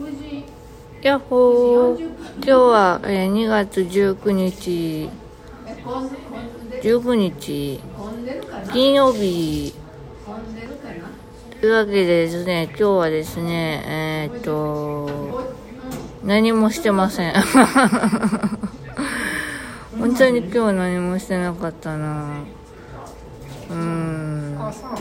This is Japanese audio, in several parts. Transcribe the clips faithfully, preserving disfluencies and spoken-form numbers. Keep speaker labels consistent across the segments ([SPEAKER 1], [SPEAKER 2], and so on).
[SPEAKER 1] やっほー。今日は、えー、にがつじゅうくにちじゅうくにち金曜日というわけでですね、今日はですねえー、っと何もしてません本当に今日は何もしてなかったな。うーん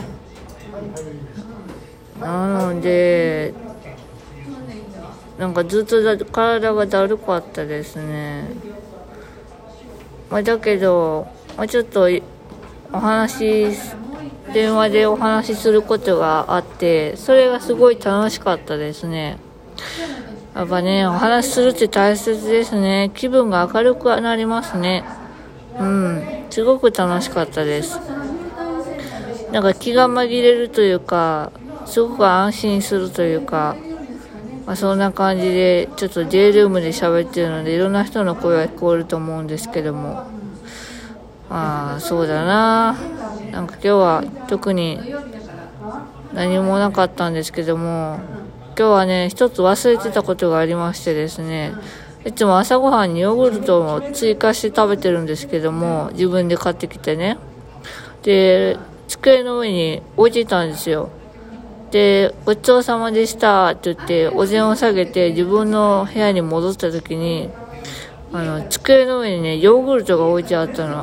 [SPEAKER 1] なのでなんかずっとだ体がだるかったですね。まあ、だけど、まあ、ちょっとお話電話でお話しすることがあって、それがすごい楽しかったですね。やっぱね、お話しするって大切ですね。気分が明るくなりますね。うんすごく楽しかったです。なんか気が紛れるというか、すごく安心するというか、まあ、そんな感じでちょっと J ルームで喋ってるのでいろんな人の声が聞こえると思うんですけども、まあそうだな、なんか今日は特に何もなかったんですけども、今日はね一つ忘れてたことがありましてですね、いつも朝ごはんにヨーグルトを追加して食べてるんですけども、自分で買ってきてね、で机の上に置いてたんですよ。でごちそうさまでしたって言ってお膳を下げて自分の部屋に戻った時に、あの机の上にねヨーグルトが置いてあったの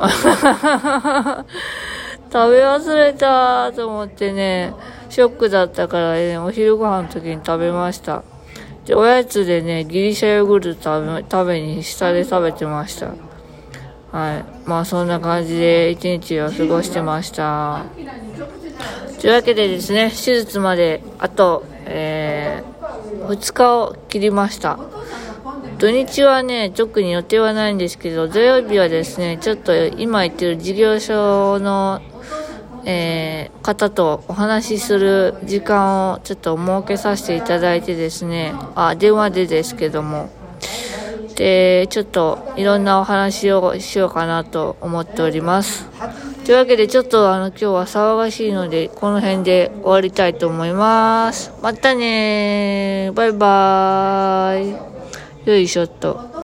[SPEAKER 1] 食べ忘れたと思ってね、ショックだったからね、お昼ご飯の時に食べました。でおやつでねギリシャヨーグルト食べ、食べに下で食べてました。はい、まあそんな感じで一日を過ごしてました。というわけでですね、手術まであと、えー、ふつかを切りました。土日はね特に予定はないんですけど、土曜日はですねちょっと今言ってる事業所の、えー、方とお話しする時間をちょっと設けさせていただいてですね、あ電話でですけども、でちょっといろんなお話をしようかなと思っております。というわけでちょっとあの今日は騒がしいのでこの辺で終わりたいと思います。またねー、バイバーイ、よいしょっと。